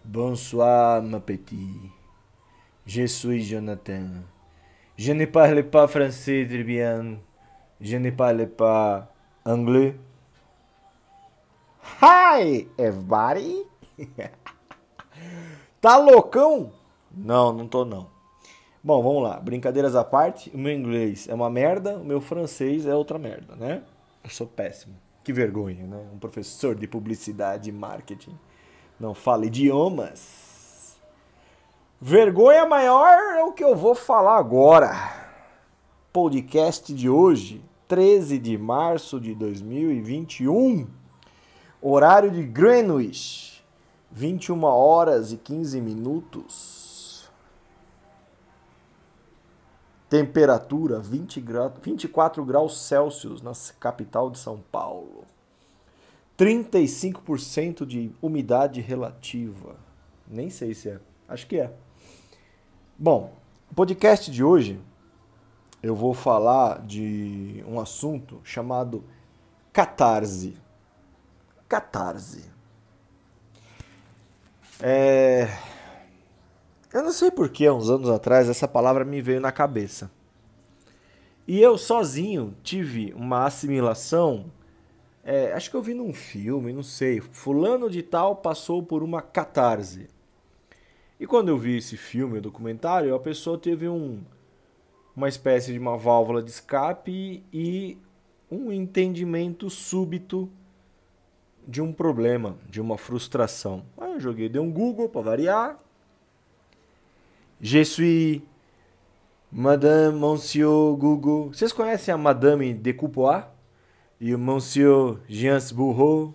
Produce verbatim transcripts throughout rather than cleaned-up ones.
Bonsoir, ma petit. Je suis Jonathan. Je ne parle pas français très bien. Je ne parle pas anglais. Hi, everybody. Tá loucão? Não, não tô não. Bom, vamos lá. Brincadeiras à parte, o meu inglês é uma merda, o meu francês é outra merda, né? Eu sou péssimo. Que vergonha, né? Um professor de publicidade e marketing não fala idiomas. Vergonha maior é o que eu vou falar agora. Podcast de hoje, treze de março de dois mil e vinte e um. Horário de Greenwich, vinte e uma horas e quinze minutos. Temperatura vinte graus, vinte e quatro graus Celsius na capital de São Paulo. trinta e cinco por cento de umidade relativa. Nem sei se é. Acho que é. Bom, o podcast de hoje eu vou falar de um assunto chamado catarse. Catarse. É... Eu não sei por que, há uns anos atrás, essa palavra me veio na cabeça. E eu sozinho tive uma assimilação. É, acho que eu vi num filme, não sei. Fulano de tal passou por uma catarse. E quando eu vi esse filme, o documentário, a pessoa teve um, uma espécie de uma válvula de escape e um entendimento súbito de um problema, de uma frustração. Aí eu joguei, dei um Google para variar. Je suis Madame Monsieur Google. Vocês conhecem a Madame Decoupois? E o Monsieur Gainsbourg?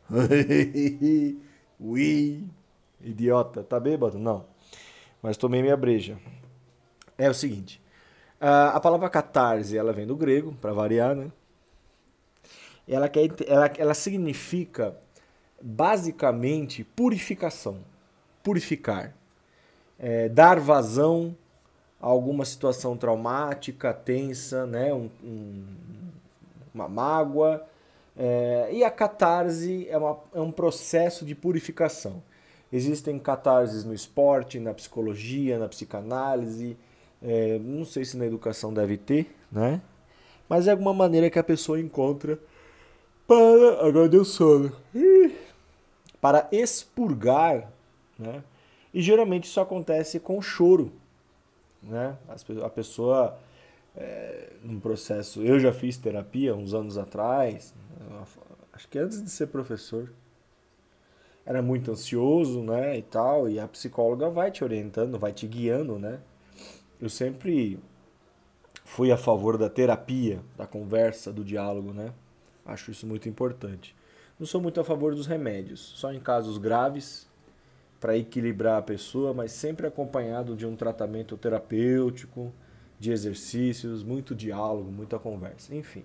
Oui. Idiota. Tá bêbado? Não. Mas tomei minha breja. É o seguinte. A palavra catarse, ela vem do grego, para variar, né? Ela, quer, ela, ela significa, basicamente, purificação. Purificar. É, dar vazão a alguma situação traumática, tensa, né? um, um, uma mágoa. É, e a catarse é, uma, é um processo de purificação. Existem catarses no esporte, na psicologia, na psicanálise. É, não sei se na educação deve ter, né? Mas é alguma maneira que a pessoa encontra para... Agora deu sono. Para expurgar, né? E geralmente isso acontece com choro, né? A pessoa, é, num processo... Eu já fiz terapia uns anos atrás, acho que antes de ser professor. Era muito ansioso, né, e tal, e a psicóloga vai te orientando, vai te guiando, né? Eu sempre fui a favor da terapia, da conversa, do diálogo, né? Acho isso muito importante. Não sou muito a favor dos remédios, só em casos graves, para equilibrar a pessoa, mas sempre acompanhado de um tratamento terapêutico, de exercícios, muito diálogo, muita conversa, enfim.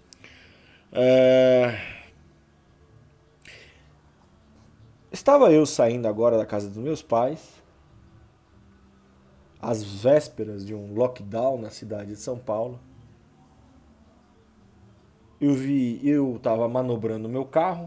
É... Estava eu saindo agora da casa dos meus pais, às vésperas de um lockdown na cidade de São Paulo. Eu vi, eu estava manobrando meu carro.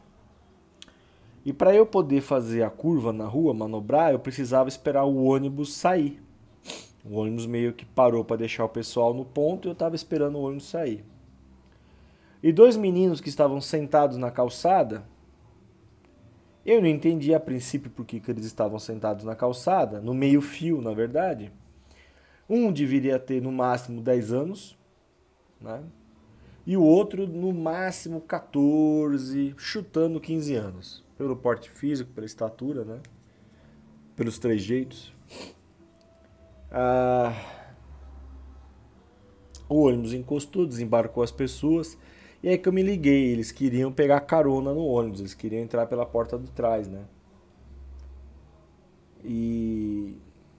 E para eu poder fazer a curva na rua, manobrar, eu precisava esperar o ônibus sair. O ônibus meio que parou para deixar o pessoal no ponto e eu estava esperando o ônibus sair. E dois meninos que estavam sentados na calçada, eu não entendi a princípio por que eles estavam sentados na calçada, no meio fio, na verdade. Um deveria ter no máximo dez anos, né? E o outro no máximo catorze, chutando quinze anos. Pelo porte físico, pela estatura, né? Pelos trejeitos. Ah, o ônibus encostou, desembarcou as pessoas. E aí que eu me liguei, eles queriam pegar carona no ônibus, eles queriam entrar pela porta de trás, né? E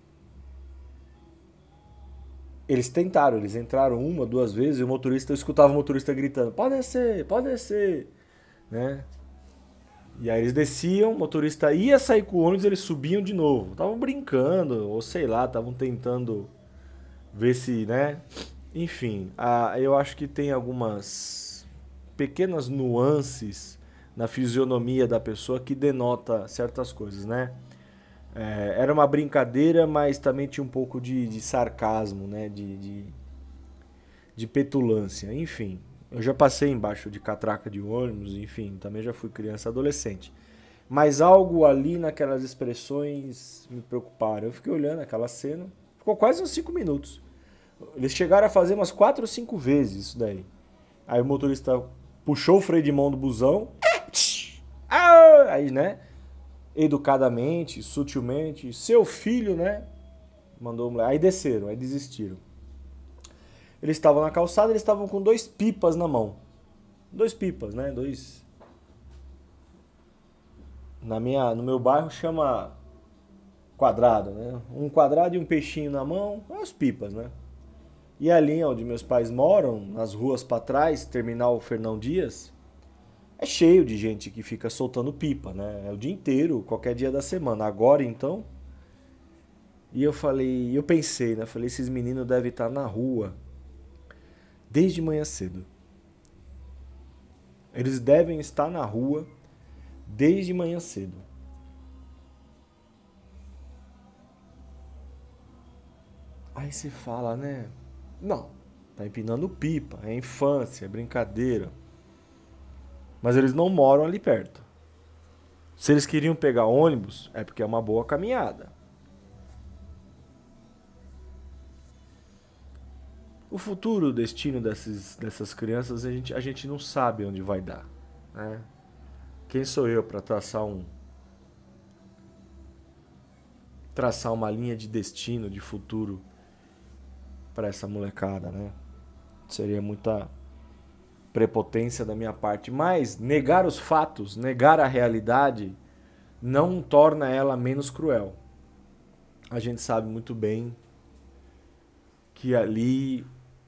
eles tentaram, eles entraram uma, duas vezes e o motorista, eu escutava o motorista gritando, pode descer, pode descer, né? E aí eles desciam, o motorista ia sair com o ônibus, eles subiam de novo. Estavam brincando, ou sei lá, estavam tentando ver se, né? Enfim, a, eu acho que tem algumas pequenas nuances na fisionomia da pessoa que denota certas coisas, né? É, era uma brincadeira, mas também tinha um pouco de, de sarcasmo, né? De, de, de petulância, enfim. Eu já passei embaixo de catraca de ônibus, enfim, também já fui criança e adolescente. Mas algo ali naquelas expressões me preocuparam. Eu fiquei olhando aquela cena, ficou quase uns cinco minutos. Eles chegaram a fazer umas quatro ou cinco vezes isso daí. Aí o motorista puxou o freio de mão do busão. Aí, né? Educadamente, sutilmente, seu filho, né? Mandou o moleque. Aí desceram, aí desistiram. Eles estavam na calçada, eles estavam com dois pipas na mão. Dois pipas, né? Dois. Na minha, no meu bairro chama quadrado, né? Um quadrado e um peixinho na mão, é as pipas, né? E ali onde meus pais moram, nas ruas para trás, terminal Fernão Dias, é cheio de gente que fica soltando pipa, né? É o dia inteiro, qualquer dia da semana. Agora então. E eu falei, eu pensei, né? Falei, esses meninos devem estar na rua desde manhã cedo. Eles devem estar na rua desde manhã cedo. Aí você fala, né? Não, tá empinando pipa, é infância, é brincadeira. Mas eles não moram ali perto. Se eles queriam pegar ônibus, é porque é uma boa caminhada. O futuro, o destino dessas, dessas crianças, a gente, a gente não sabe onde vai dar. Né? Quem sou eu para traçar um traçar uma linha de destino, de futuro para essa molecada, né? Seria muita prepotência da minha parte, mas negar os fatos, negar a realidade não torna ela menos cruel. A gente sabe muito bem que ali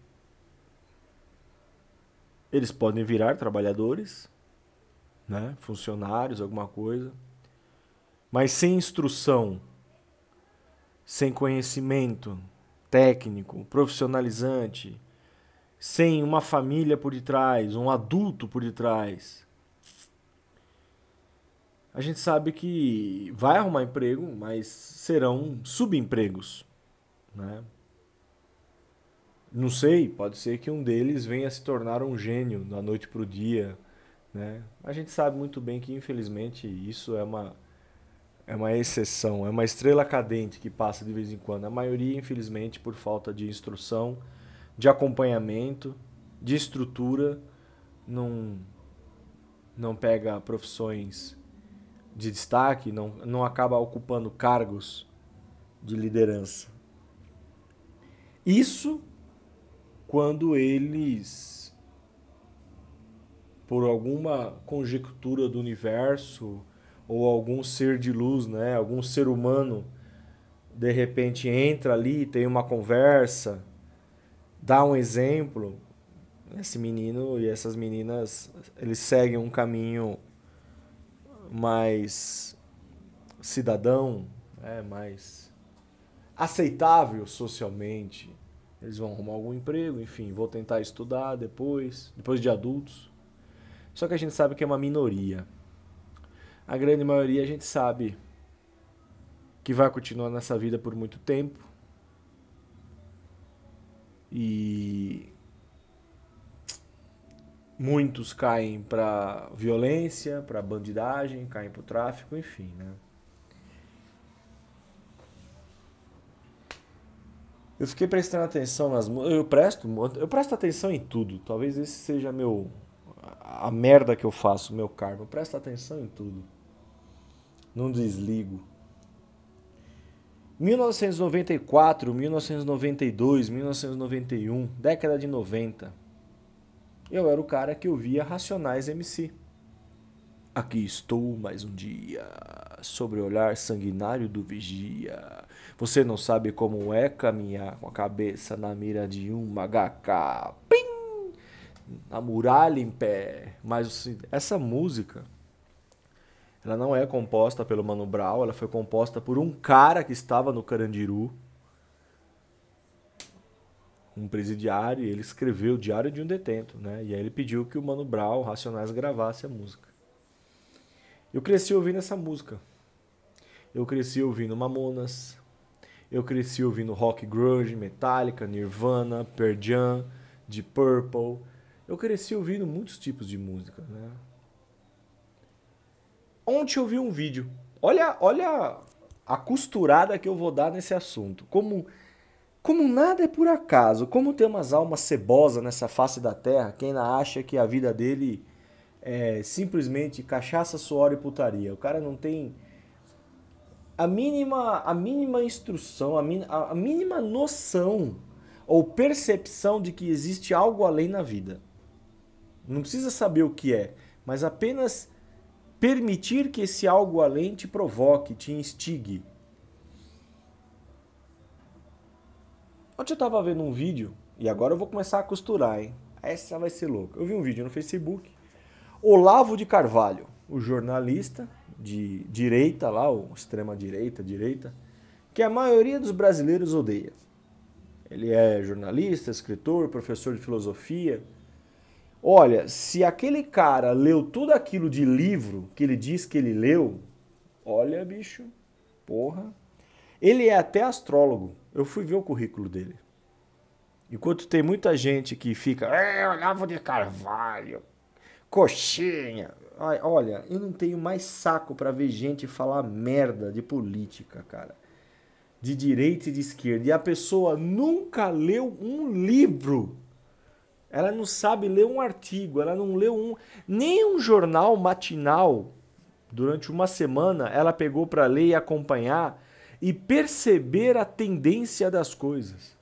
eles podem virar trabalhadores, né? Funcionários, alguma coisa, mas sem instrução, sem conhecimento técnico, profissionalizante, sem uma família por detrás, um adulto por detrás, a gente sabe que vai arrumar emprego, mas serão subempregos, né? Não sei, pode ser que um deles venha a se tornar um gênio da noite para o dia, né? A gente sabe muito bem que, infelizmente, isso é uma, é uma exceção, é uma estrela cadente que passa de vez em quando. A maioria, infelizmente, por falta de instrução, de acompanhamento, de estrutura, não, não pega profissões de destaque, não, não acaba ocupando cargos de liderança. Isso quando eles, por alguma conjectura do universo ou algum ser de luz, né, algum ser humano, de repente entra ali, tem uma conversa, dá um exemplo, esse menino e essas meninas, eles seguem um caminho mais cidadão, é, mais aceitável socialmente. Eles vão arrumar algum emprego, enfim, vou tentar estudar depois, depois de adultos. Só que a gente sabe que é uma minoria. A grande maioria a gente sabe que vai continuar nessa vida por muito tempo. E muitos caem para violência, para bandidagem, caem para o tráfico, enfim, né? Eu fiquei prestando atenção nas músicas. Eu presto, eu presto atenção em tudo. Talvez esse seja meu a merda que eu faço, meu karma. Eu presto atenção em tudo. Não desligo. mil novecentos e noventa e quatro, mil novecentos e noventa e dois, mil novecentos e noventa e um, década de noventa. Eu era o cara que ouvia Racionais M C. Aqui estou mais um dia, sobre o olhar sanguinário do vigia. Você não sabe como é caminhar com a cabeça na mira de um H K. Pim! Na muralha em pé. Mas essa música, ela não é composta pelo Mano Brown, ela foi composta por um cara que estava no Carandiru, um presidiário, e ele escreveu o Diário de um Detento, né? E aí ele pediu que o Mano Brown, Racionais, gravasse a música. Eu cresci ouvindo essa música. Eu cresci ouvindo Mamonas. Eu cresci ouvindo rock grunge, Metallica, Nirvana, Pearl Jam, Deep Purple. Eu cresci ouvindo muitos tipos de música, né? Ontem eu vi um vídeo. Olha, olha a costurada que eu vou dar nesse assunto. Como, como nada é por acaso, como tem umas almas cebosas nessa face da terra, quem ainda acha que a vida dele é simplesmente cachaça, suor e putaria. O cara não tem a mínima, a mínima instrução, a, min, a, a mínima noção ou percepção de que existe algo além na vida. Não precisa saber o que é, mas apenas permitir que esse algo além te provoque, te instigue. Ontem eu estava vendo um vídeo, e agora eu vou começar a costurar, hein? Essa vai ser louca. Eu vi um vídeo no Facebook. Olavo de Carvalho, o jornalista de direita lá, o extrema direita, direita, que a maioria dos brasileiros odeia. Ele é jornalista, escritor, professor de filosofia. Olha, se aquele cara leu tudo aquilo de livro que ele diz que ele leu, olha, bicho, porra. Ele é até astrólogo. Eu fui ver o currículo dele. Enquanto tem muita gente que fica, é, Olavo de Carvalho, coxinha. Ai, olha, eu não tenho mais saco pra ver gente falar merda de política, cara. De direita e de esquerda. E a pessoa nunca leu um livro. Ela não sabe ler um artigo, ela não leu um, nem um jornal matinal. Durante uma semana, ela pegou para ler e acompanhar e perceber a tendência das coisas.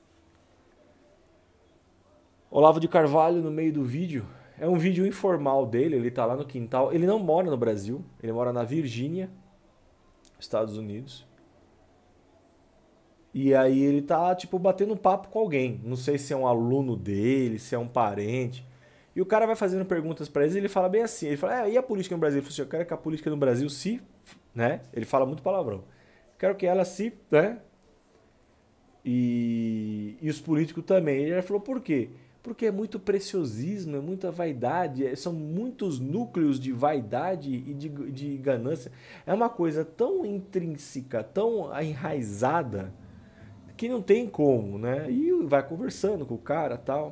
Olavo de Carvalho, no meio do vídeo, é um vídeo informal dele, ele tá lá no quintal. Ele não mora no Brasil, ele mora na Virgínia, Estados Unidos. E aí ele tá, tipo, batendo um papo com alguém. Não sei se é um aluno dele, se é um parente. E o cara vai fazendo perguntas pra ele e ele fala bem assim. Ele fala, é, e a política no Brasil? Ele fala assim, eu quero que a política no Brasil se... né? Ele fala muito palavrão. Quero que ela se... né? E, e os políticos também. Ele falou, por quê? Porque é muito preciosismo, é muita vaidade, é, são muitos núcleos de vaidade e de, de ganância. É uma coisa tão intrínseca, tão enraizada, que não tem como, né? E vai conversando com o cara e tal.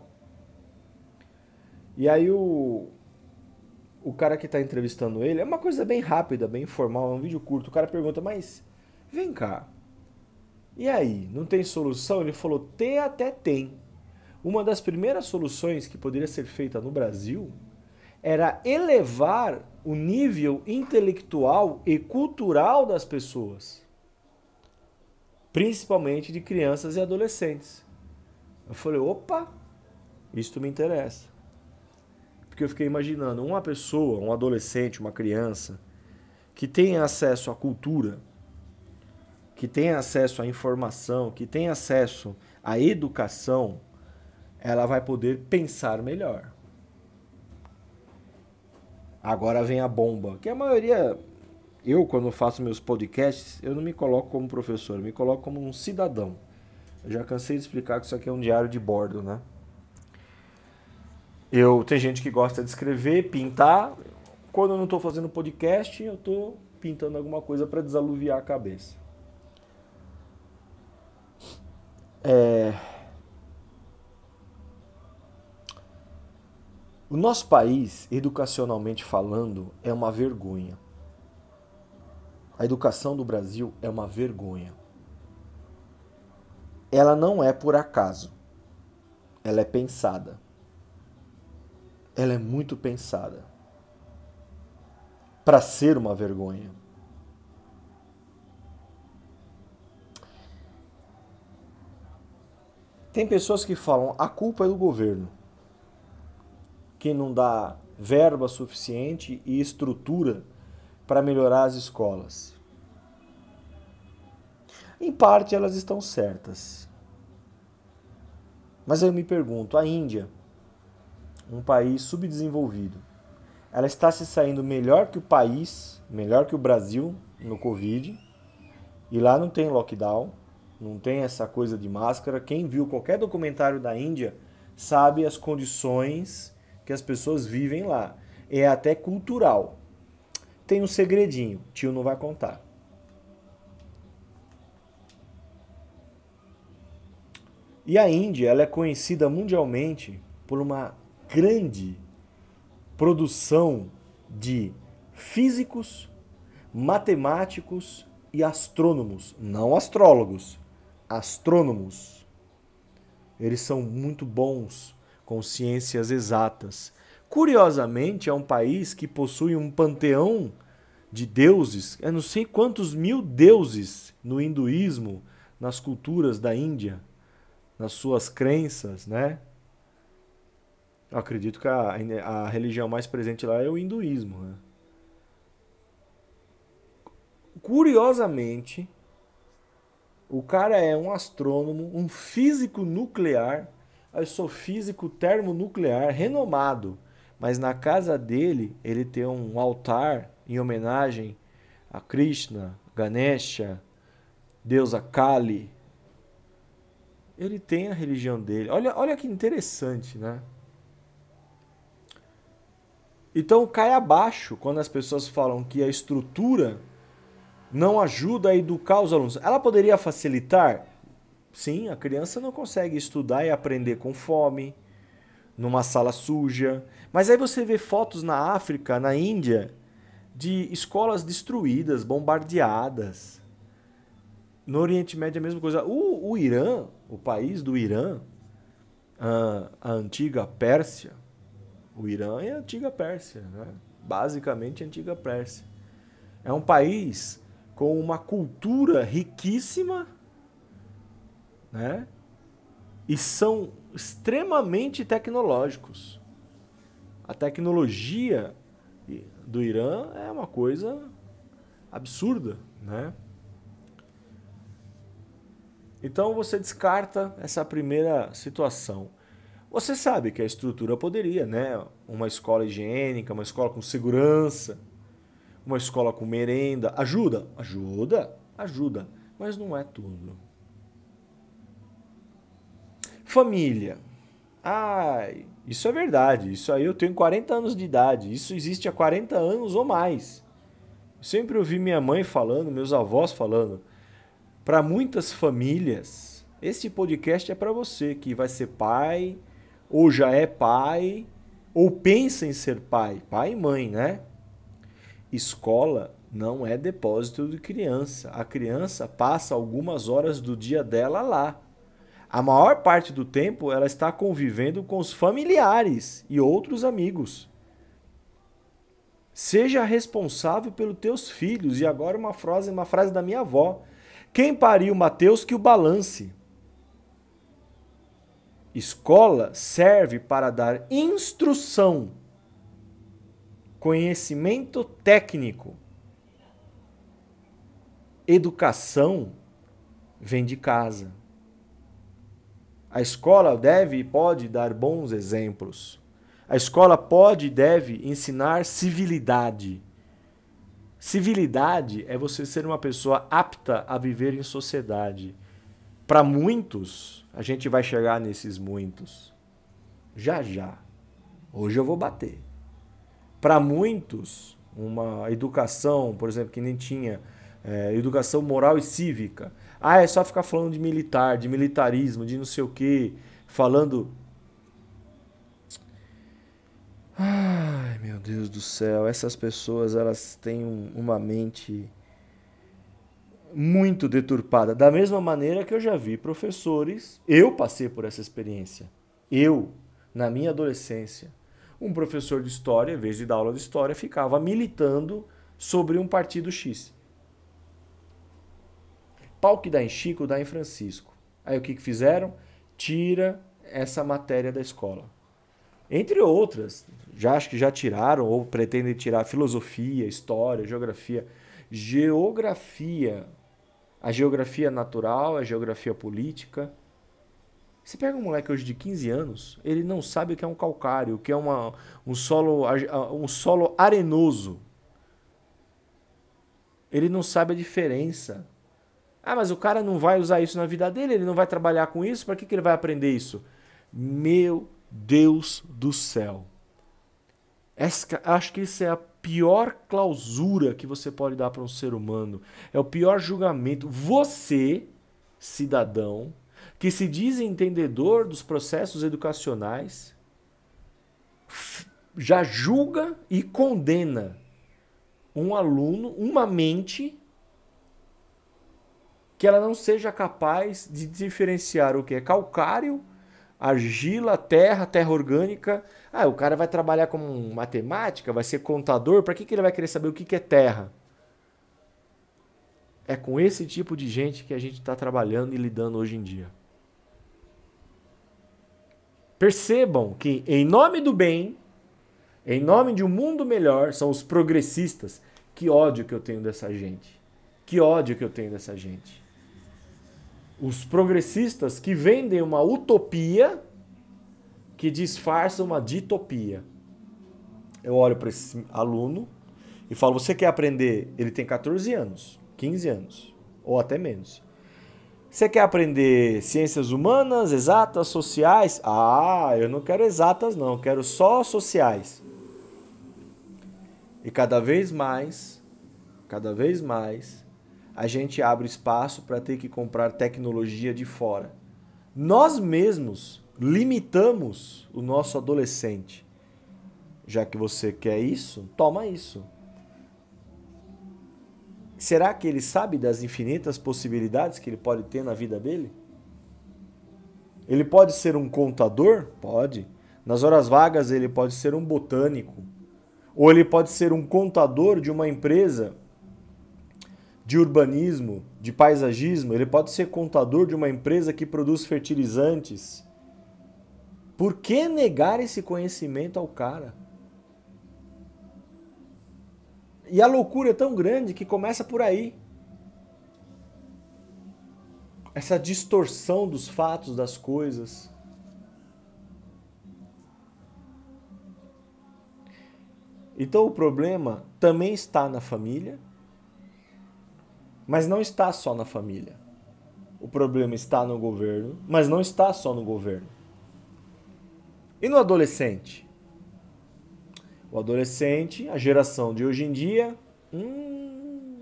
E aí o, o cara que tá entrevistando ele, é uma coisa bem rápida, bem informal, é um vídeo curto. O cara pergunta, mas vem cá, e aí, não tem solução? Ele falou, tem até tem. Uma das primeiras soluções que poderia ser feita no Brasil era elevar o nível intelectual e cultural das pessoas. Principalmente de crianças e adolescentes. Eu falei, opa, isso me interessa. Porque eu fiquei imaginando uma pessoa, um adolescente, uma criança, que tem acesso à cultura, que tem acesso à informação, que tem acesso à educação, ela vai poder pensar melhor. Agora vem a bomba, que a maioria... Eu, quando faço meus podcasts, eu não me coloco como professor, eu me coloco como um cidadão. Eu já cansei de explicar que isso aqui é um diário de bordo, né? Eu, tem gente que gosta de escrever, pintar. Quando eu não estou fazendo podcast, eu estou pintando alguma coisa para desaluviar a cabeça. É... O nosso país, educacionalmente falando, é uma vergonha. A educação do Brasil é uma vergonha. Ela não é por acaso. Ela é pensada. Ela é muito pensada. Para ser uma vergonha. Tem pessoas que falam, a culpa é do governo, que não dá verba suficiente e estrutura para melhorar as escolas. Em parte elas estão certas. Mas eu me pergunto, a Índia, um país subdesenvolvido, ela está se saindo melhor que o país, melhor que o Brasil no Covid, e lá não tem lockdown, não tem essa coisa de máscara. Quem viu qualquer documentário da Índia sabe as condições que as pessoas vivem lá. É até cultural. Tem um segredinho, tio não vai contar. E a Índia, ela é conhecida mundialmente por uma grande produção de físicos, matemáticos e astrônomos, não astrólogos, astrônomos. Eles são muito bons com ciências exatas. Curiosamente, é um país que possui um panteão de deuses, eu não sei quantos mil deuses no hinduísmo, nas culturas da Índia, nas suas crenças, né? Eu acredito que a, a religião mais presente lá é o hinduísmo, né? Curiosamente, o cara é um astrônomo, um físico nuclear. Eu sou físico termonuclear renomado, mas na casa dele ele tem um altar em homenagem a Krishna, Ganesha, deusa Kali. Ele tem a religião dele. Olha, olha que interessante, né? Então cai abaixo quando as pessoas falam que a estrutura não ajuda a educar os alunos. Ela poderia facilitar? Sim, a criança não consegue estudar e aprender com fome, numa sala suja. Mas aí você vê fotos na África, na Índia, de escolas destruídas, bombardeadas. No Oriente Médio é a mesma coisa. O, o Irã, o país do Irã, a, a antiga Pérsia, o Irã é a antiga Pérsia, né? Basicamente a antiga Pérsia. É um país com uma cultura riquíssima, né? E são extremamente tecnológicos. A tecnologia do Irã é uma coisa absurda, né? Então você descarta essa primeira situação. Você sabe que a estrutura poderia, né? Uma escola higiênica, uma escola com segurança, uma escola com merenda. Ajuda? Ajuda, ajuda. Mas não é tudo. Família. Ai, isso é verdade. Isso aí eu tenho quarenta anos de idade. Isso existe há quarenta anos ou mais. Sempre ouvi minha mãe falando, meus avós falando. Para muitas famílias, esse podcast é para você que vai ser pai, ou já é pai, ou pensa em ser pai. Pai e mãe, né? Escola não é depósito de criança. A criança passa algumas horas do dia dela lá. A maior parte do tempo ela está convivendo com os familiares e outros amigos. Seja responsável pelos teus filhos. E agora uma frase, uma frase da minha avó. Quem pariu Mateus que o balance. Escola serve para dar instrução, conhecimento técnico. Educação vem de casa. A escola deve e pode dar bons exemplos. A escola pode e deve ensinar civilidade. Civilidade é você ser uma pessoa apta a viver em sociedade. Para muitos, a gente vai chegar nesses muitos. Já, já. Hoje eu vou bater. Para muitos, uma educação, por exemplo, que nem tinha, é, educação moral e cívica. Ah, é só ficar falando de militar, de militarismo, de não sei o quê, falando... Ai, meu Deus do céu, essas pessoas, elas têm um, uma mente muito deturpada. Da mesma maneira que eu já vi professores, eu passei por essa experiência. Eu, na minha adolescência, um professor de história, em vez de dar aula de história, ficava militando sobre um partido X. Pau que dá em Chico, dá em Francisco. Aí o que, que fizeram? Tira essa matéria da escola. Entre outras, já acho que já tiraram ou pretendem tirar filosofia, história, geografia. Geografia. A geografia natural, a geografia política. Você pega um moleque hoje de quinze anos, ele não sabe o que é um calcário, o que é uma, um, solo, um solo arenoso. Ele não sabe a diferença. Ah, mas o cara não vai usar isso na vida dele, ele não vai trabalhar com isso, para que, que ele vai aprender isso? Meu Deus do céu. Essa, acho que isso é a pior clausura que você pode dar para um ser humano. É o pior julgamento. Você, cidadão, que se diz entendedor dos processos educacionais, já julga e condena um aluno, uma mente, que ela não seja capaz de diferenciar o que é calcário, argila, terra, terra orgânica. Ah, o cara vai trabalhar com matemática, vai ser contador, para que, que ele vai querer saber o que, que é terra? É com esse tipo de gente que a gente está trabalhando e lidando hoje em dia. Percebam que, em nome do bem, em nome de um mundo melhor, são os progressistas. Que ódio que eu tenho dessa gente. Que ódio que eu tenho dessa gente. Os progressistas que vendem uma utopia que disfarça uma ditopia. Eu olho para esse aluno e falo, você quer aprender? Ele tem catorze anos, quinze anos, ou até menos. Você quer aprender ciências humanas, exatas, sociais? Ah, eu não quero exatas não, eu quero só sociais. E cada vez mais, cada vez mais, a gente abre espaço para ter que comprar tecnologia de fora. Nós mesmos limitamos o nosso adolescente. Já que você quer isso, toma isso. Será que ele sabe das infinitas possibilidades que ele pode ter na vida dele? Ele pode ser um contador? Pode. Nas horas vagas ele pode ser um botânico. Ou ele pode ser um contador de uma empresa de urbanismo, de paisagismo. Ele pode ser contador de uma empresa que produz fertilizantes. Por que negar esse conhecimento ao cara? E a loucura é tão grande que começa por aí. Essa distorção dos fatos, das coisas. Então o problema também está na família, mas não está só na família. O problema está no governo, mas não está só no governo. E no adolescente? O adolescente, a geração de hoje em dia... Hum,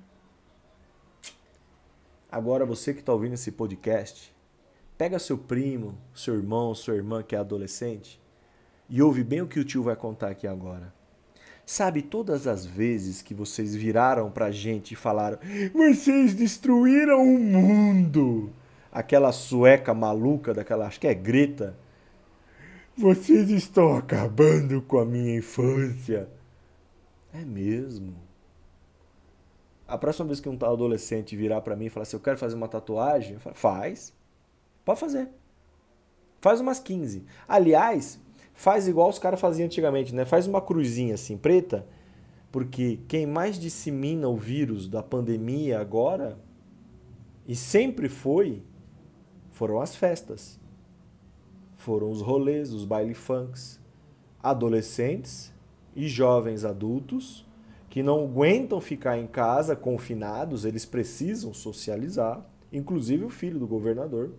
agora você que está ouvindo esse podcast, pega seu primo, seu irmão, sua irmã que é adolescente e ouve bem o que o tio vai contar aqui agora. Sabe, todas as vezes que vocês viraram pra gente e falaram vocês destruíram o mundo. Aquela sueca maluca, daquela, acho que é Greta. Vocês estão acabando com a minha infância. É mesmo. A próxima vez que um tal adolescente virar pra mim e falar assim, eu quero fazer uma tatuagem, eu falo, faz. Pode fazer. Faz umas quinze. Aliás, faz igual os caras faziam antigamente, né? Faz uma cruzinha assim, preta, porque quem mais dissemina o vírus da pandemia agora, e sempre foi, foram as festas. Foram os rolês, os baile funks, adolescentes e jovens adultos que não aguentam ficar em casa confinados, eles precisam socializar, inclusive o filho do governador,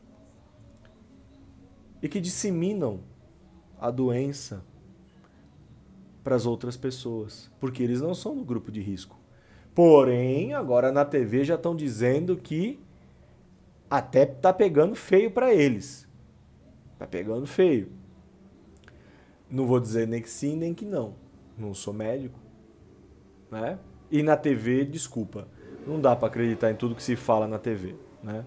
e que disseminam a doença para as outras pessoas, porque eles não são do grupo de risco. Porém, agora na T V já estão dizendo que até tá pegando feio para eles. Tá pegando feio. Não vou dizer nem que sim, nem que não. Não sou médico, né? E na T V, desculpa, não dá para acreditar em tudo que se fala na T V, né?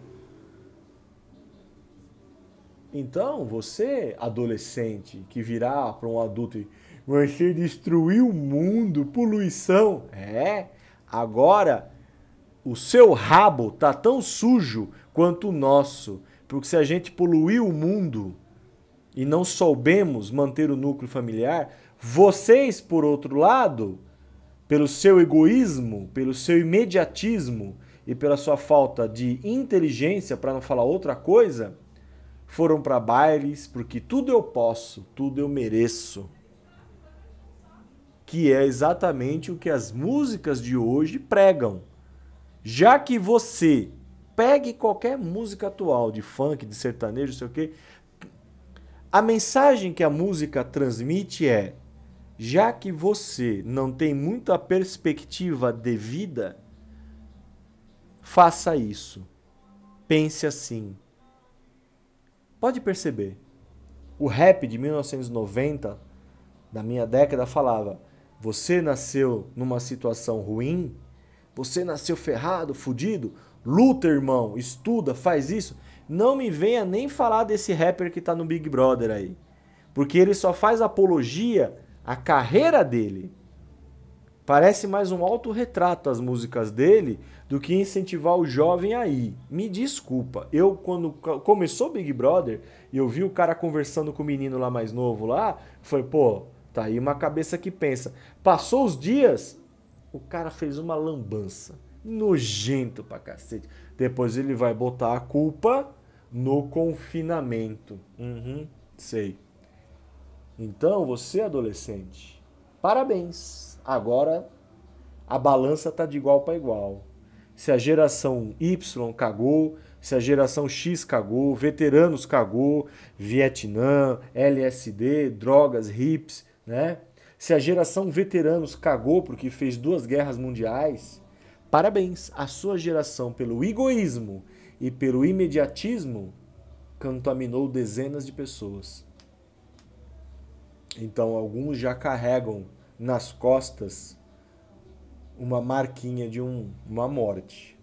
Então, você, adolescente, que virar para um adulto e você destruiu o mundo, poluição. É, agora o seu rabo tá tão sujo quanto o nosso. Porque se a gente poluiu o mundo e não soubemos manter o núcleo familiar, vocês, por outro lado, pelo seu egoísmo, pelo seu imediatismo e pela sua falta de inteligência, para não falar outra coisa, foram para bailes porque tudo eu posso, tudo eu mereço. Que é exatamente o que as músicas de hoje pregam. Já que você pegue qualquer música atual, de funk, de sertanejo, não sei o quê, a mensagem que a música transmite é: já que você não tem muita perspectiva de vida, faça isso. Pense assim. Pode perceber. O rap de mil novecentos e noventa, da minha década, falava: você nasceu numa situação ruim, você nasceu ferrado, fudido, luta, irmão, estuda, faz isso. Não me venha nem falar desse rapper que tá no Big Brother aí. Porque ele só faz apologia à carreira dele. Parece mais um autorretrato as músicas dele do que incentivar o jovem aí. Me desculpa, eu quando começou o Big Brother e eu vi o cara conversando com o menino lá mais novo lá, foi, pô, tá aí uma cabeça que pensa. Passou os dias, o cara fez uma lambança. Nojento pra cacete. Depois ele vai botar a culpa no confinamento. Uhum, sei. Então, você adolescente, parabéns. Agora a balança tá de igual para igual. Se a geração Y cagou, se a geração X cagou, veteranos cagou, Vietnã, L S D, drogas, hips, né? Se a geração veteranos cagou porque fez duas guerras mundiais, parabéns. A sua geração, pelo egoísmo e pelo imediatismo, contaminou dezenas de pessoas. Então, alguns já carregam nas costas uma marquinha de um, uma morte.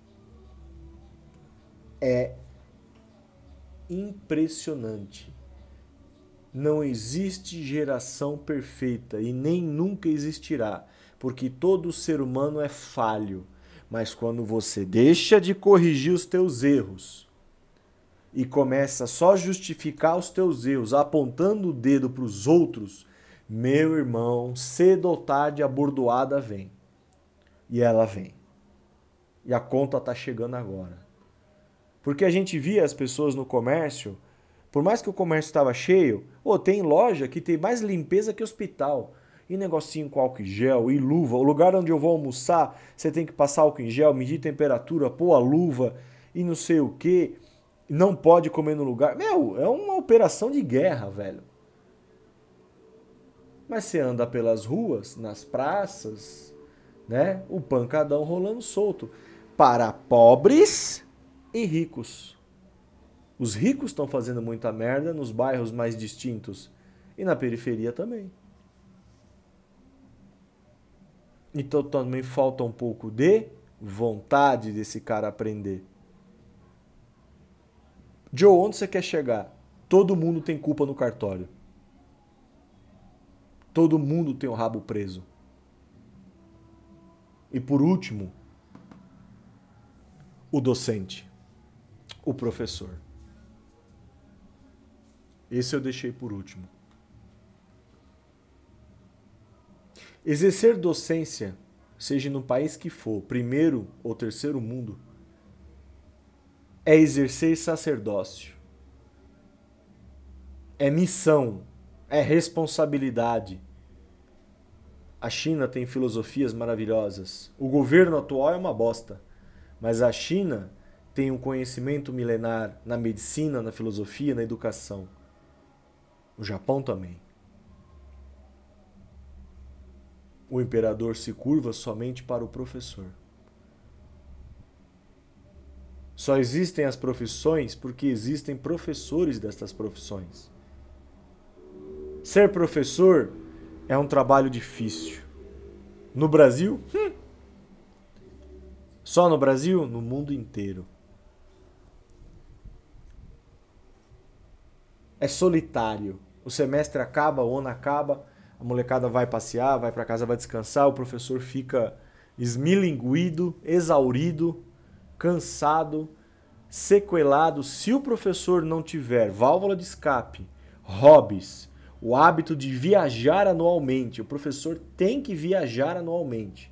É impressionante. Não existe geração perfeita e nem nunca existirá, porque todo ser humano é falho. Mas quando você deixa de corrigir os teus erros e começa só a justificar os teus erros, apontando o dedo para os outros, meu irmão, cedo ou tarde a bordoada vem. E ela vem. E a conta tá chegando agora. Porque a gente via as pessoas no comércio, por mais que o comércio estava cheio, oh, tem loja que tem mais limpeza que hospital. E negocinho com álcool em gel e luva. O lugar onde eu vou almoçar, você tem que passar álcool em gel, medir temperatura, pôr a luva e não sei o que. Não pode comer no lugar. Meu, é uma operação de guerra, velho. Mas você anda pelas ruas, nas praças, né? O pancadão rolando solto. Para pobres e ricos. Os ricos estão fazendo muita merda nos bairros mais distintos. E na periferia também. Então também falta um pouco de vontade desse cara aprender. Joe, onde você quer chegar? Todo mundo tem culpa no cartório. Todo mundo tem o rabo preso. E por último, o docente, o professor. Esse eu deixei por último. Exercer docência, seja no país que for, primeiro ou terceiro mundo, é exercer sacerdócio. É missão, é responsabilidade. A China tem filosofias maravilhosas. O governo atual é uma bosta. Mas a China tem um conhecimento milenar na medicina, na filosofia, na educação. O Japão também. O imperador se curva somente para o professor. Só existem as profissões porque existem professores destas profissões. Ser professor é um trabalho difícil. No Brasil? Hum. Só no Brasil? No mundo inteiro. É solitário. O semestre acaba, o ano acaba, a molecada vai passear, vai para casa, vai descansar, o professor fica esmilinguido, exaurido, cansado, sequelado. Se o professor não tiver válvula de escape, hobbies, o hábito de viajar anualmente, o professor tem que viajar anualmente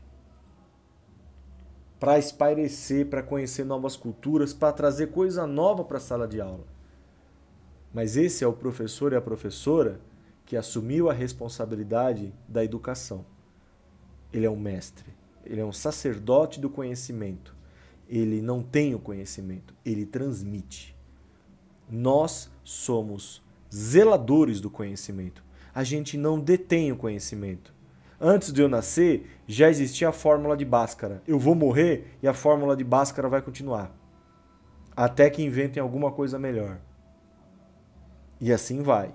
para espairecer, para conhecer novas culturas, para trazer coisa nova para a sala de aula. Mas esse é o professor e a professora que assumiu a responsabilidade da educação. Ele é um mestre, ele é um sacerdote do conhecimento. Ele não tem o conhecimento, ele transmite. Nós somos zeladores do conhecimento. A gente não detém o conhecimento. Antes de eu nascer, já existia a fórmula de Bhaskara. Eu vou morrer e a fórmula de Bhaskara vai continuar. Até que inventem alguma coisa melhor. E assim vai.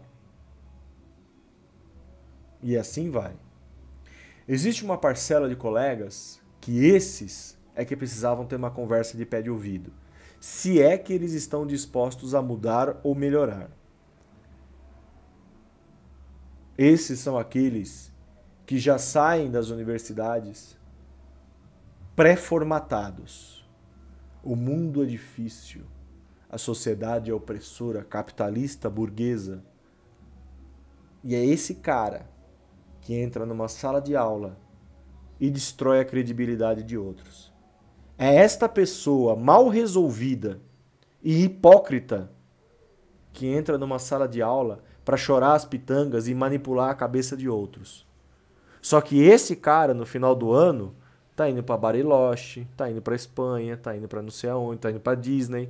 E assim vai. Existe uma parcela de colegas que esses é que precisavam ter uma conversa de pé de ouvido. Se é que eles estão dispostos a mudar ou melhorar. Esses são aqueles que já saem das universidades pré-formatados. O mundo é difícil. A sociedade é opressora, capitalista, burguesa. E é esse cara que entra numa sala de aula e destrói a credibilidade de outros. É esta pessoa mal resolvida e hipócrita que entra numa sala de aula para chorar as pitangas e manipular a cabeça de outros. Só que esse cara, no final do ano, tá indo para Bariloche, tá indo para Espanha, tá indo para não sei aonde, tá indo para Disney.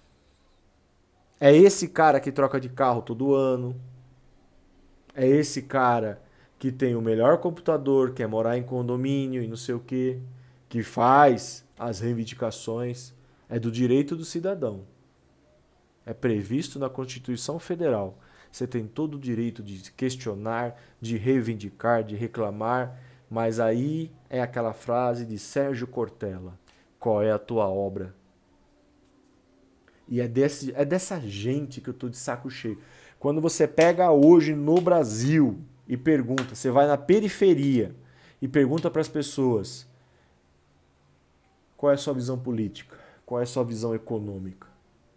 É esse cara que troca de carro todo ano. É esse cara que tem o melhor computador, quer morar em condomínio e não sei o quê, que faz as reivindicações. É do direito do cidadão. É previsto na Constituição Federal. Você tem todo o direito de questionar, de reivindicar, de reclamar, mas aí é aquela frase de Sérgio Cortella: qual é a tua obra? E é, desse, é dessa gente que eu tô de saco cheio. Quando você pega hoje no Brasil e pergunta, você vai na periferia e pergunta para as pessoas qual é a sua visão política, qual é a sua visão econômica.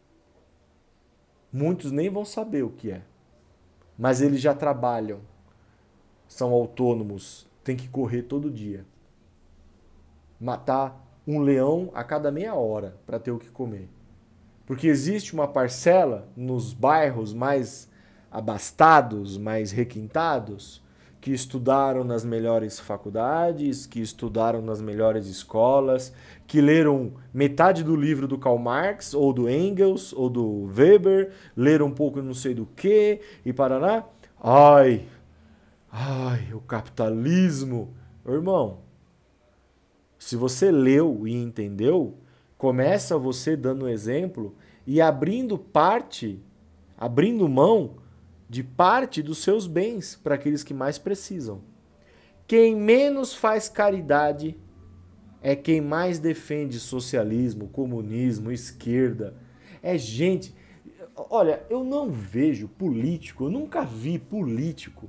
Muitos nem vão saber o que é, mas eles já trabalham, são autônomos, tem que correr todo dia. Matar um leão a cada meia hora para ter o que comer. Porque existe uma parcela nos bairros mais abastados, mais requintados, que estudaram nas melhores faculdades, que estudaram nas melhores escolas, que leram metade do livro do Karl Marx, ou do Engels, ou do Weber, leram um pouco não sei do que, e paraná. Ai, ai, o capitalismo. Irmão, se você leu e entendeu, começa você dando exemplo e abrindo parte, abrindo mão de parte dos seus bens para aqueles que mais precisam. Quem menos faz caridade é quem mais defende socialismo, comunismo, esquerda. É gente... Olha, eu não vejo político, eu nunca vi político.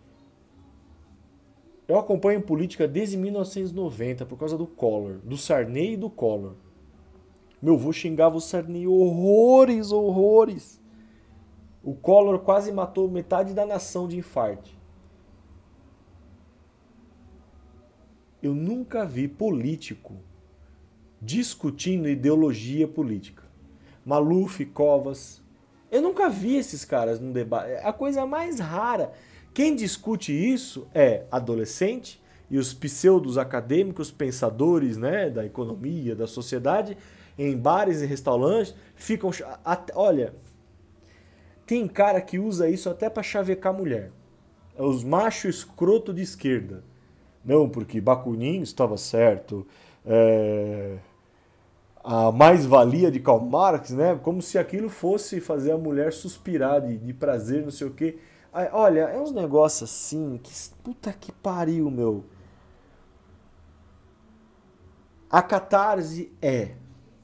Eu acompanho política desde mil novecentos e noventa por causa do Collor, do Sarney e do Collor. Meu avô xingava o Sarney horrores, horrores. O Collor quase matou metade da nação de infarto. Eu nunca vi político discutindo ideologia política. Maluf, Covas. Eu nunca vi esses caras num debate. É a coisa mais rara. Quem discute isso é adolescente e os pseudos acadêmicos, pensadores, né, da economia, da sociedade, em bares e restaurantes, ficam... Olha, tem cara que usa isso até para chavecar mulher. É os machos escroto de esquerda. Não, porque Bakunin estava certo. É... A mais-valia de Karl Marx, né? Como se aquilo fosse fazer a mulher suspirar de, de prazer, não sei o quê. Olha, é uns negócios assim que... Puta que pariu, meu. A catarse é...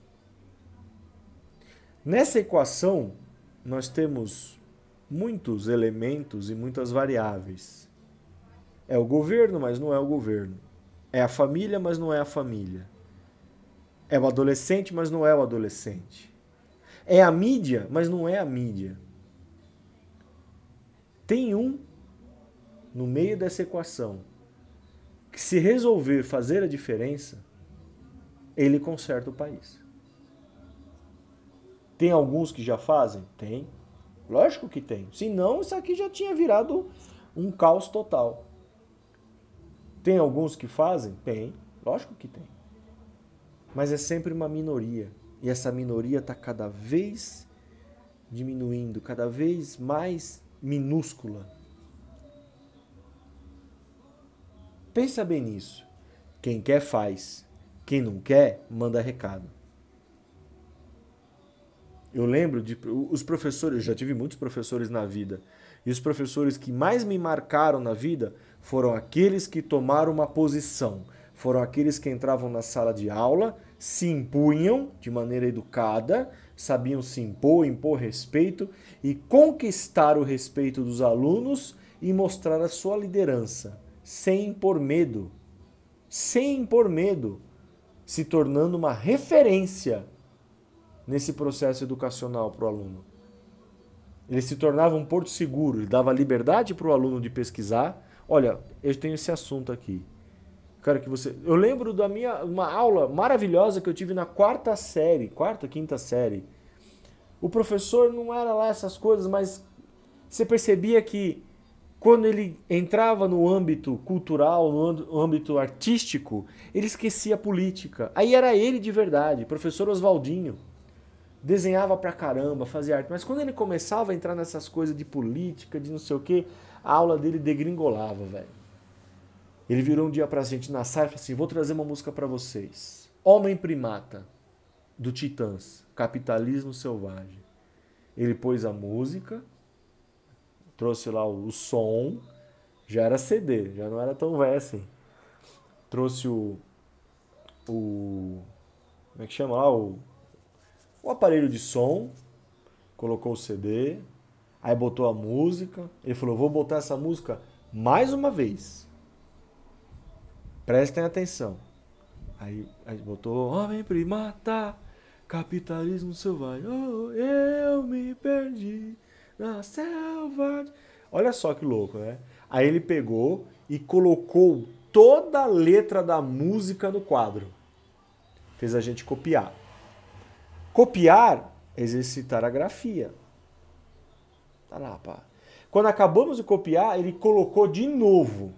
Nessa equação, nós temos muitos elementos e muitas variáveis. É o governo, mas não é o governo. É a família, mas não é a família. É o adolescente, mas não é o adolescente. É a mídia, mas não é a mídia. Tem um no meio dessa equação que, se resolver fazer a diferença, ele conserta o país. Tem alguns que já fazem? Tem. Lógico que tem. Senão, isso aqui já tinha virado um caos total. Tem alguns que fazem? Tem. Lógico que tem. Mas é sempre uma minoria. E essa minoria está cada vez diminuindo, cada vez mais minúscula. Pensa bem nisso. Quem quer faz. Quem não quer, manda recado. Eu lembro de os professores, eu já tive muitos professores na vida, e os professores que mais me marcaram na vida foram aqueles que tomaram uma posição, foram aqueles que entravam na sala de aula, se impunham de maneira educada, sabiam se impor, impor respeito e conquistar o respeito dos alunos e mostrar a sua liderança, sem impor medo, sem impor medo, se tornando uma referência nesse processo educacional para o aluno. Ele se tornava um porto seguro, ele dava liberdade para o aluno de pesquisar. Olha, eu tenho esse assunto aqui. Quero que você. Eu lembro da minha uma aula maravilhosa que eu tive na quarta série, quarta, quinta série. O professor não era lá essas coisas, mas você percebia que quando ele entrava no âmbito cultural, no âmbito artístico, ele esquecia a política. Aí era ele de verdade, professor Oswaldinho. Desenhava pra caramba, fazia arte. Mas quando ele começava a entrar nessas coisas de política, de não sei o quê, a aula dele degringolava, velho. Ele virou um dia pra gente na sala e falou assim, vou trazer uma música pra vocês. Homem Primata, do Titãs, Capitalismo Selvagem. Ele pôs a música, trouxe lá o som, já era C D, já não era tão velho assim. Trouxe o... o como é que chama lá? O, o aparelho de som, colocou o C D, aí botou a música, ele falou, vou botar essa música mais uma vez. Prestem atenção. Aí, aí botou Homem Primata, Capitalismo Selvagem. Oh, eu me perdi na selva. Olha só que louco, né? Aí ele pegou e colocou toda a letra da música no quadro. Fez a gente copiar. Copiar, exercitar a grafia. Tá lá, pá. Quando acabamos de copiar, ele colocou de novo.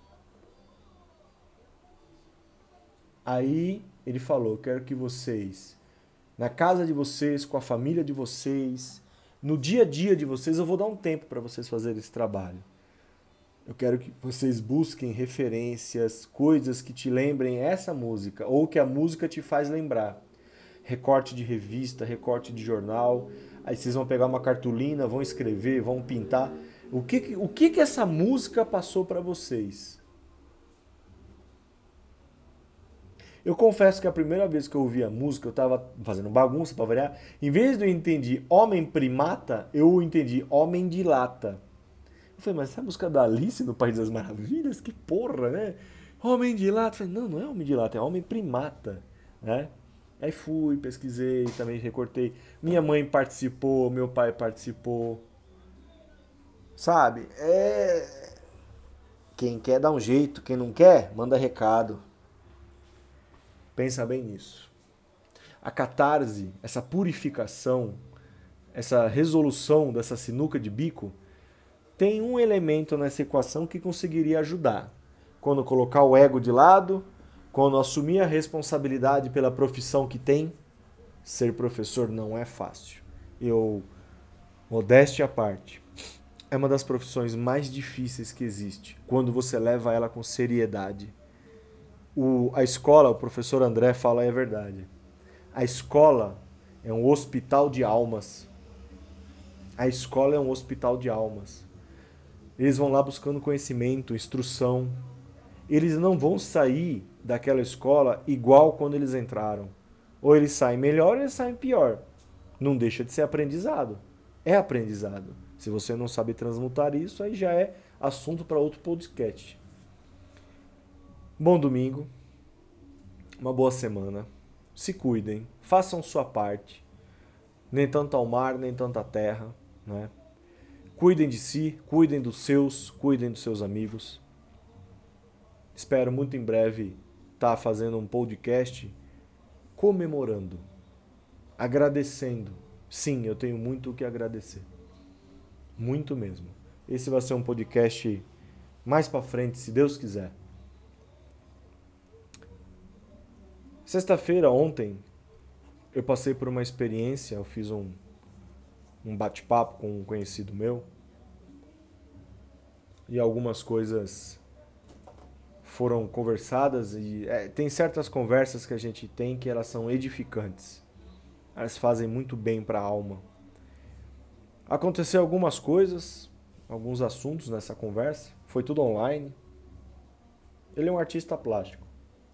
Aí ele falou, quero que vocês, na casa de vocês, com a família de vocês, no dia a dia de vocês, eu vou dar um tempo para vocês fazerem esse trabalho. Eu quero que vocês busquem referências, coisas que te lembrem essa música, ou que a música te faz lembrar. Recorte de revista, recorte de jornal, aí vocês vão pegar uma cartolina, vão escrever, vão pintar. O que, o que, que essa música passou para vocês? Eu confesso que a primeira vez que eu ouvi a música, eu estava fazendo bagunça para variar. Em vez de eu entender homem primata, eu entendi homem de lata. Eu falei, mas essa é a música da Alice no País das Maravilhas? Que porra, né? Homem de lata. Eu falei, não, não é homem de lata, é homem primata, né? Aí fui, pesquisei, também recortei. Minha mãe participou, meu pai participou. Sabe? É... Quem quer dá um jeito, quem não quer, manda recado. Pensa bem nisso. A catarse, essa purificação, essa resolução dessa sinuca de bico, tem um elemento nessa equação que conseguiria ajudar. Quando colocar o ego de lado, quando assumir a responsabilidade pela profissão que tem, ser professor não é fácil. Eu, modéstia à parte, é uma das profissões mais difíceis que existe, quando você leva ela com seriedade. O, a escola, o professor André fala, é verdade. A escola é um hospital de almas. A escola é um hospital de almas. Eles vão lá buscando conhecimento, instrução. Eles não vão sair daquela escola igual quando eles entraram. Ou eles saem melhor ou eles saem pior. Não deixa de ser aprendizado. É aprendizado. Se você não sabe transmutar isso, aí já é assunto para outro podcast. Bom domingo, uma boa semana, se cuidem, façam sua parte, nem tanto ao mar, nem tanto à terra, né? Cuidem de si, cuidem dos seus, cuidem dos seus amigos. Espero muito em breve estar fazendo um podcast comemorando, agradecendo. Sim, eu tenho muito o que agradecer, muito mesmo. Esse vai ser um podcast mais para frente, se Deus quiser. Sexta-feira, ontem, eu passei por uma experiência, eu fiz um, um bate-papo com um conhecido meu e algumas coisas foram conversadas e é, tem certas conversas que a gente tem que elas são edificantes. elas fazem muito bem para a alma. Aconteceu algumas coisas, alguns assuntos nessa conversa, foi tudo online. Ele é um artista plástico.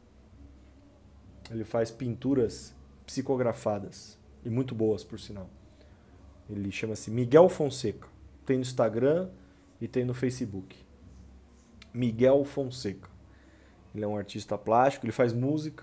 Ele faz pinturas psicografadas e muito boas, por sinal. Ele chama-se Miguel Fonseca. Tem no Instagram e tem no Facebook. Miguel Fonseca. Ele é um artista plástico, ele faz música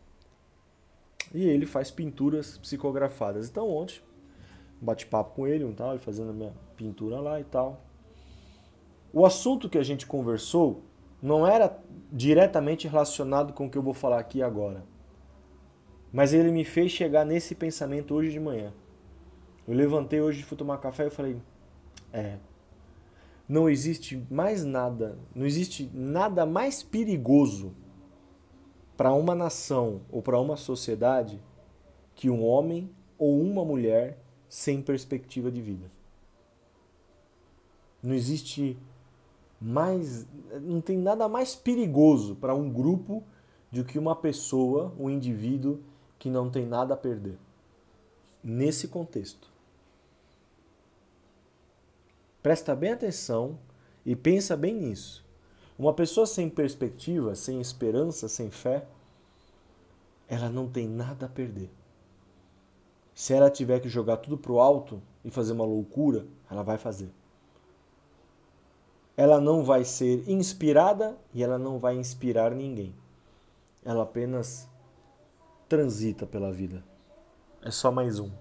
e ele faz pinturas psicografadas. Então ontem, bate-papo com ele, um tal, ele fazendo a minha pintura lá e tal. O assunto que a gente conversou não era diretamente relacionado com o que eu vou falar aqui agora. Mas ele me fez chegar nesse pensamento hoje de manhã. Eu levantei hoje, fui tomar café e eu falei, é, não existe mais nada, não existe nada mais perigoso para uma nação ou para uma sociedade que um homem ou uma mulher sem perspectiva de vida. Não existe mais, não tem nada mais perigoso para um grupo do que uma pessoa, um indivíduo que não tem nada a perder. Nesse contexto. Presta bem atenção e pensa bem nisso. Uma pessoa sem perspectiva, sem esperança, sem fé, ela não tem nada a perder. Se ela tiver que jogar tudo pro alto e fazer uma loucura, ela vai fazer. Ela não vai ser inspirada e ela não vai inspirar ninguém. Ela apenas transita pela vida. É só mais um.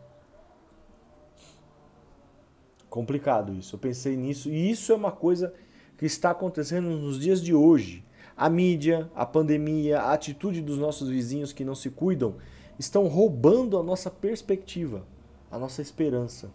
Complicado isso. Eu pensei nisso e isso é uma coisa que está acontecendo nos dias de hoje. A mídia, a pandemia, a atitude dos nossos vizinhos que não se cuidam estão roubando a nossa perspectiva, a nossa esperança.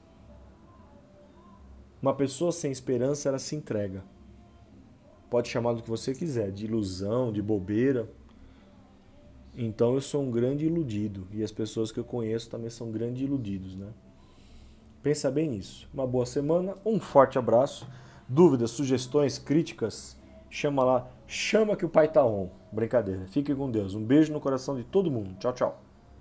Uma pessoa sem esperança, ela se entrega. Pode chamar do que você quiser, de ilusão, de bobeira. Então eu sou um grande iludido e as pessoas que eu conheço também são grandes iludidos, né? Pensa bem nisso. Uma boa semana, um forte abraço. Dúvidas, sugestões, críticas, chama lá, chama que o pai tá on. Brincadeira. Fique com Deus. Um beijo no coração de todo mundo. Tchau, tchau.